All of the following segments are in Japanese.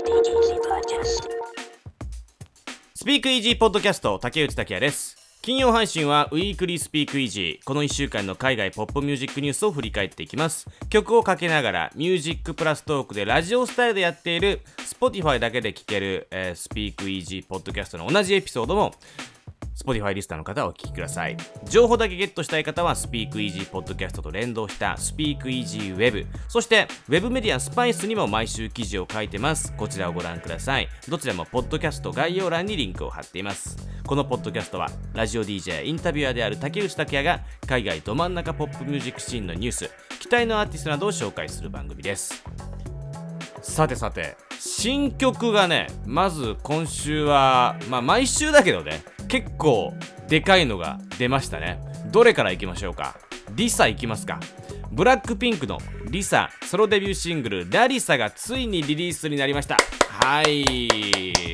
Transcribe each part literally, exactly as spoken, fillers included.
スピークイージーポッドキャスト、竹内拓也です。金曜配信はウィークリースピークイージー。このいっしゅうかんの海外ポップミュージックニュースを振り返っていきます。曲をかけながらミュージックプラストークでラジオスタイルでやっている Spotify だけで聴ける、えー、スピークイージーポッドキャストの同じエピソードもSpotify リスナーの方はお聞きください。情報だけゲットしたい方は Speak Easy Podcast と連動した Speak Easy Web、 そしてウェブメディアスパイスにも毎週記事を書いてます。こちらをご覧ください。どちらもポッドキャスト概要欄にリンクを貼っています。このポッドキャストはラジオ ディージェー インタビュアーである竹内拓也が海外ど真ん中ポップミュージックシーンのニュース、期待のアーティストなどを紹介する番組です。さてさて、新曲がね、まず今週はまあ毎週だけどね、結構でかいのが出ましたね。どれからいきましょうか。リサいきますか。ブラックピンクのリサソロデビューシングルラリサがついにリリースになりました。はい、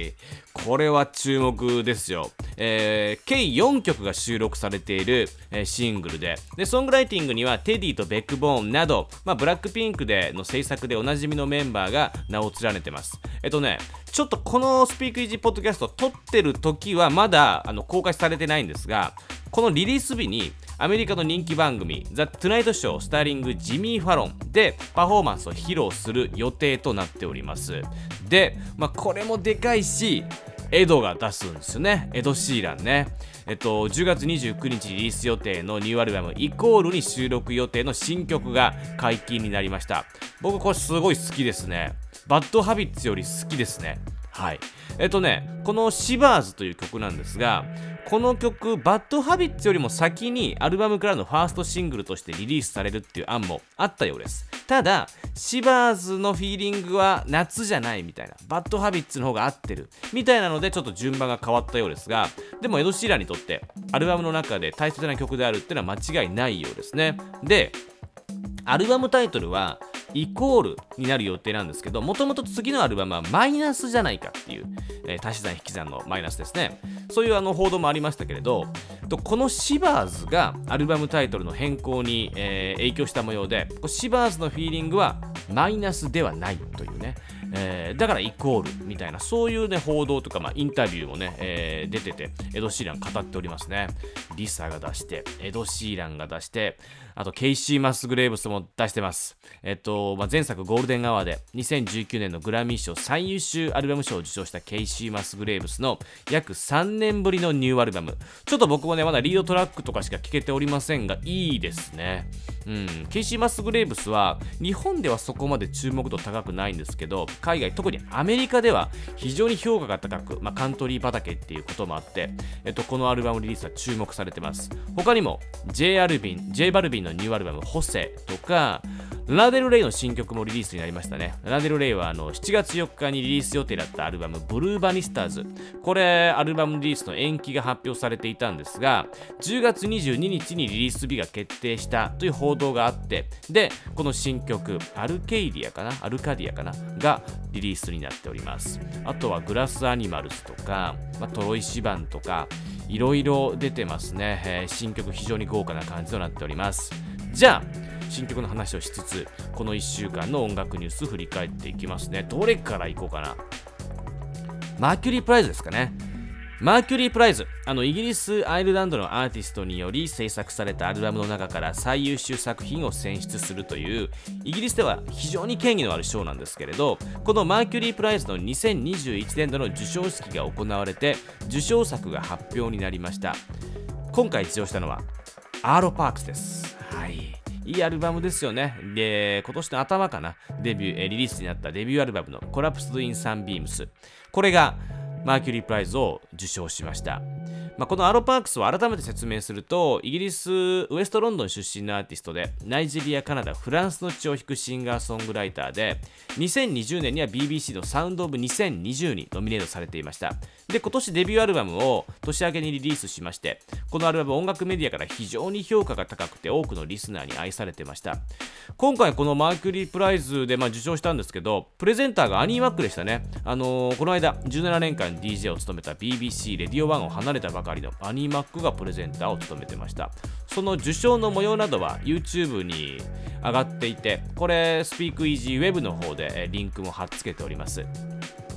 これは注目ですよ。えー、計よんきょくが収録されている、えー、シングルで、でソングライティングにはテディとベックボーンなど、まあ、ブラックピンクでの制作でおなじみのメンバーが名を連ねてます。えっとねちょっとこのスピークイージーポッドキャスト撮ってる時はまだあの公開されてないんですが、このリリース日にアメリカの人気番組ザ・トゥナイトショースターリングジミー・ファロンでパフォーマンスを披露する予定となっております。で、まあ、これもでかいしエドが出すんですよね。エド・シーランね。えっと、じゅうがつにじゅうくにちリリース予定のニューアルバムイコールに収録予定の新曲が解禁になりました。僕これすごい好きですね。バッドハビッツより好きですね。はい。えっとね、このシバーズという曲なんですが、この曲バッドハビッツよりも先にアルバムからのファーストシングルとしてリリースされるっていう案もあったようです。ただシバーズのフィーリングは夏じゃないみたいな、バッドハビッツの方が合ってるみたいなのでちょっと順番が変わったようですが、でもエド・シーランにとってアルバムの中で大切な曲であるっていうのは間違いないようですね。でアルバムタイトルはイコールになる予定なんですけど、もともと次のアルバムはマイナスじゃないかっていう、えー、足し算引き算のマイナスですね。そういうあの報道もありましたけれど、このシバーズがアルバムタイトルの変更に、えー、影響した模様で、シバーズのフィーリングはマイナスではないというね、えー、だからイコールみたいな、そういうね報道とか、まあ、インタビューもね、えー、出ててエド・シーラン語っておりますね。リサが出してエド・シーランが出して、あとケイシー・マスグレーブスも出してます。えっと、まあ、前作ゴールデンアワーでにせんじゅうきゅうねんのグラミー賞最優秀アルバム賞を受賞したケイシー・マスグレーブスの約さんねんぶりのニューアルバム、ちょっと僕もねまだリードトラックとかしか聴けておりませんがいいですね。うん、ケイシー・マスグレーブスは日本ではそこまで注目度高くないんですけど、海外特にアメリカでは非常に評価が高く、まあ、カントリー畑っていうこともあって、えっと、このアルバムリリースは注目されてます。他にも J アルビン J バルビンのニューアルバムホセとかラナデルレイの新曲もリリースになりましたね。ラナデルレイはあのしちがつよっかにリリース予定だったアルバムブルーバニスターズ、これアルバムリリースの延期が発表されていたんですが、じゅうがつにじゅうににちにリリース日が決定したという報道があって、でこの新曲アルケイディアかなアルカディアかながリリースになっております。あとはグラスアニマルズとか、まあ、トロイシバンとかいろいろ出てますね、えー、新曲非常に豪華な感じとなっております。じゃあ新曲の話をしつつ、このいっしゅうかんの音楽ニュース振り返っていきますね。どれからいこうかな。マーキュリープライズですかね。マーキュリープライズ、あのイギリス・アイルランドのアーティストにより制作されたアルバムの中から最優秀作品を選出するというイギリスでは非常に権威のある賞なんですけれど、このマーキュリープライズのにせんにじゅういちねんどの授賞式が行われて受賞作が発表になりました。今回受賞したのはアーロ・パークスです。はい、いいアルバムですよね。で、今年の頭かな、デビュー、えリリースになったデビューアルバムのコラプスド・イン・サンビームス、これがマーキュリープライズを受賞しました。まあ、このアロパークスを改めて説明すると、イギリスウエストロンドン出身のアーティストで、ナイジェリア、カナダ、フランスの血を引くシンガーソングライターで、にせんにじゅうねんには ビービーシー のサウンドオブにせんにじゅうにノミネートされていました。で、今年デビューアルバムを年明けにリリースしまして、このアルバム音楽メディアから非常に評価が高くて多くのリスナーに愛されてました。今回このマーキュリープライズでまあ受賞したんですけど、プレゼンターがアニー・マックでしたね。あのー、この間じゅうななねんかん ディージェー を務めた ビービーシー レディオワンを離れたばかりのアニー・マックがプレゼンターを務めてました。その受賞の模様などは YouTube に上がっていて、これ Speak Easy Web の方でリンクも貼っつけております。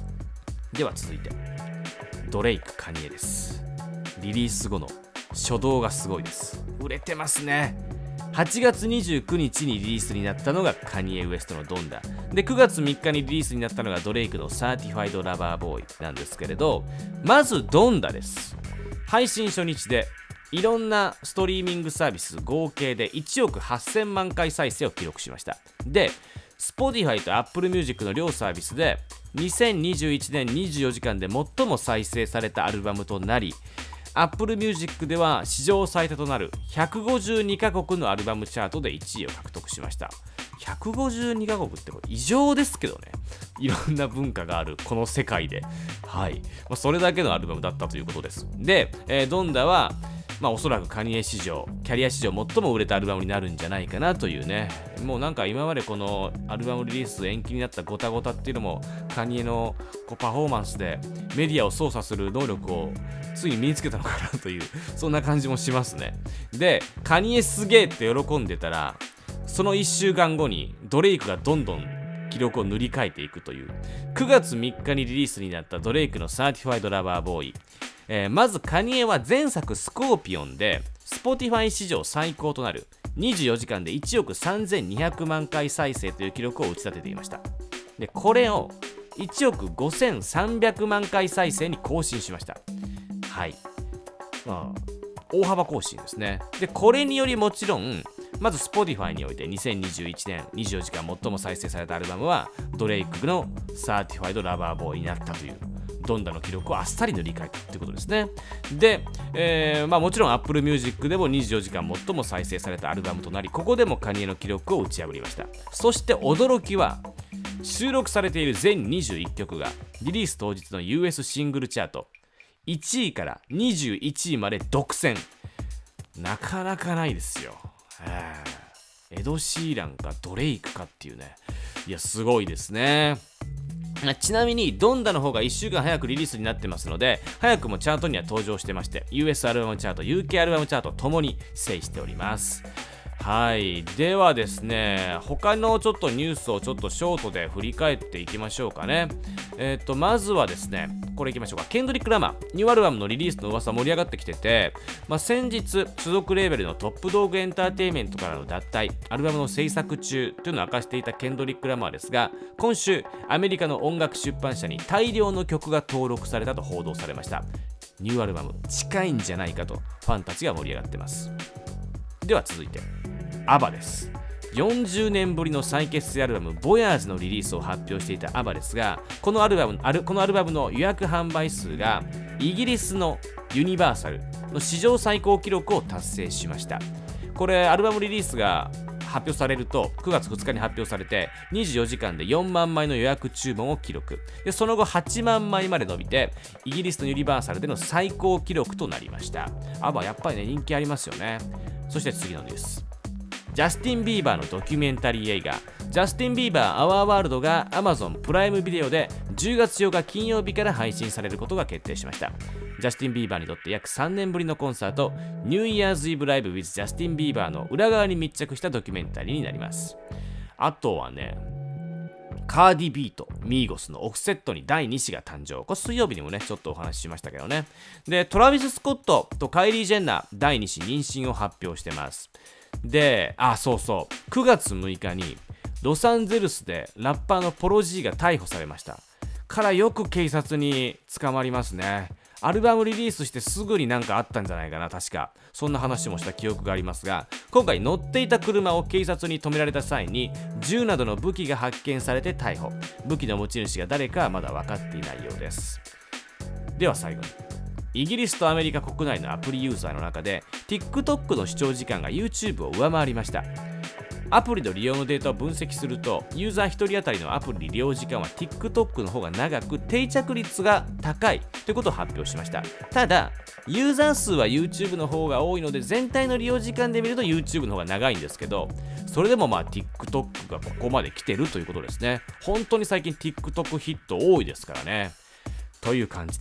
では続いてドレイク・カニエです。リリース後の初動がすごいです。売れてますね。はちがつにじゅうくにちにリリースになったのがカニエ・ウエストのドンダで、くがつみっかにリリースになったのがドレイクのサーティファイド・ラバー・ボーイなんですけれど、まずドンダです。配信初日でいろんなストリーミングサービス合計でいちおくはっせんまんかい再生を記録しました。で、Spotify と Apple Music の両サービスでにせんにじゅういちねんにじゅうよじかんで最も再生されたアルバムとなり、Apple Music では史上最多となるひゃくごじゅうにかこくのアルバムチャートでいちいを獲得しました。ひゃくごじゅうにかこくって異常ですけどね。いろんな文化があるこの世界で、はい、まあ、それだけのアルバムだったということです。で、えー、ドンダはまあおそらくカニエ史上キャリア史上最も売れたアルバムになるんじゃないかなというね。もうなんか今までこのアルバムリリース延期になったゴタゴタっていうのもカニエのこうパフォーマンスでメディアを操作する能力をついに身につけたのかなという、そんな感じもしますね。で、カニエすげーって喜んでたら、そのいっしゅうかんごにドレイクがどんどん記録を塗り替えていくという。くがつみっかにリリースになったドレイクのサーティファイドラバーボーイ、えー、まずカニエは前作スコーピオンで Spotify 史上最高となるにじゅうよじかんでいちおくさんぜんにひゃくまんかい再生という記録を打ち立てていました。で、これをいちおくごせんさんびゃくまんかい再生に更新しました。はい、まあ大幅更新ですね。で、これによりもちろんまず Spotify においてにせんにじゅういちねんにじゅうよじかん最も再生されたアルバムはドレイクのサーティファイドラバーボーイになったという、ドンダの記録をあっさり塗り替えたということですね。で、えーまあ、もちろん Apple Music でもにじゅうよじかん最も再生されたアルバムとなり、ここでもカニエの記録を打ち破りました。そして驚きは、収録されている全にじゅういっきょくがリリース当日の ユーエス シングルチャートいちいからにじゅういちいまで独占。なかなかないですよ。エド・シーランかドレイクかっていうね。いや、すごいですね。ちなみにドンダの方がいっしゅうかん早くリリースになってますので、早くもチャートには登場してまして、 ユーエス アルバムチャート、 ユーケー アルバムチャートともに制しております。はい、ではですね、他のちょっとニュースをちょっとショートで振り返っていきましょうかね。えっとまずはですね、これいきましょうか。ケンドリック・ラマーニューアルバムのリリースの噂盛り上がってきてて、まあ、先日所属レーベルのトップドッグエンターテインメントからの脱退、アルバムの制作中というのを明かしていたケンドリック・ラマーですが、今週アメリカの音楽出版社に大量の曲が登録されたと報道されました。ニューアルバム近いんじゃないかとファンたちが盛り上がってます。では続いてアバです。よんじゅうねんぶりの再結成アルバムボヤーズのリリースを発表していたアバですが、このアルバム、あるこのアルバムの予約販売数がイギリスのユニバーサルの史上最高記録を達成しました。これアルバムリリースが発表されるとくがつふつかに発表されてにじゅうよじかんでよんまんまいの予約注文を記録で、その後はちまんまいまで伸びてイギリスのユニバーサルでの最高記録となりました。アバやっぱりね、人気ありますよね。そして次のニュース、ジャスティン・ビーバーのドキュメンタリー映画ジャスティン・ビーバー・アワー・ワールドが Amazon プライムビデオでじゅうがつようか金曜日から配信されることが決定しました。ジャスティン・ビーバーにとって約さんねんぶりのコンサート、ニューイヤーズ・イブ・ライブ with ジャスティン・ビーバーの裏側に密着したドキュメンタリーになります。あとはね、カーディ・ビーとミーゴスのオフセットにだいに子が誕生。これ水曜日にもねちょっとお話ししましたけどね。で、トラビス・スコットとカイリー・ジェンナーだいに子妊娠を発表してます。で、あ、そうそう、くがつむいかにロサンゼルスでラッパーのポロジーが逮捕されました。からよく警察に捕まりますね。アルバムリリースしてすぐになんかあったんじゃないかな、確かそんな話もした記憶がありますが、今回乗っていた車を警察に止められた際に銃などの武器が発見されて逮捕。武器の持ち主が誰かはまだ分かっていないようです。では最後に、イギリスとアメリカ国内のアプリユーザーの中で TikTok の視聴時間が YouTube を上回りました。アプリの利用のデータを分析すると、ユーザーひとり当たりのアプリ利用時間は TikTok の方が長く定着率が高いということを発表しました。ただユーザー数は YouTube の方が多いので、全体の利用時間で見ると YouTube の方が長いんですけど、それでもまあ TikTok がここまで来てるということですね。本当に最近 TikTok ヒット多いですからね。という感じで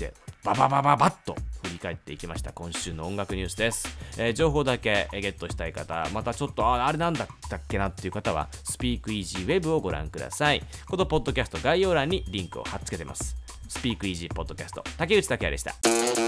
バババババッと振り返っていきました今週の音楽ニュースです、えー、情報だけゲットしたい方、またちょっと あ, あれなんだったっけなっていう方はスピークイージーウェブをご覧ください。このポッドキャスト概要欄にリンクを貼っ付けてます。スピークイージーポッドキャスト、竹内拓也でした。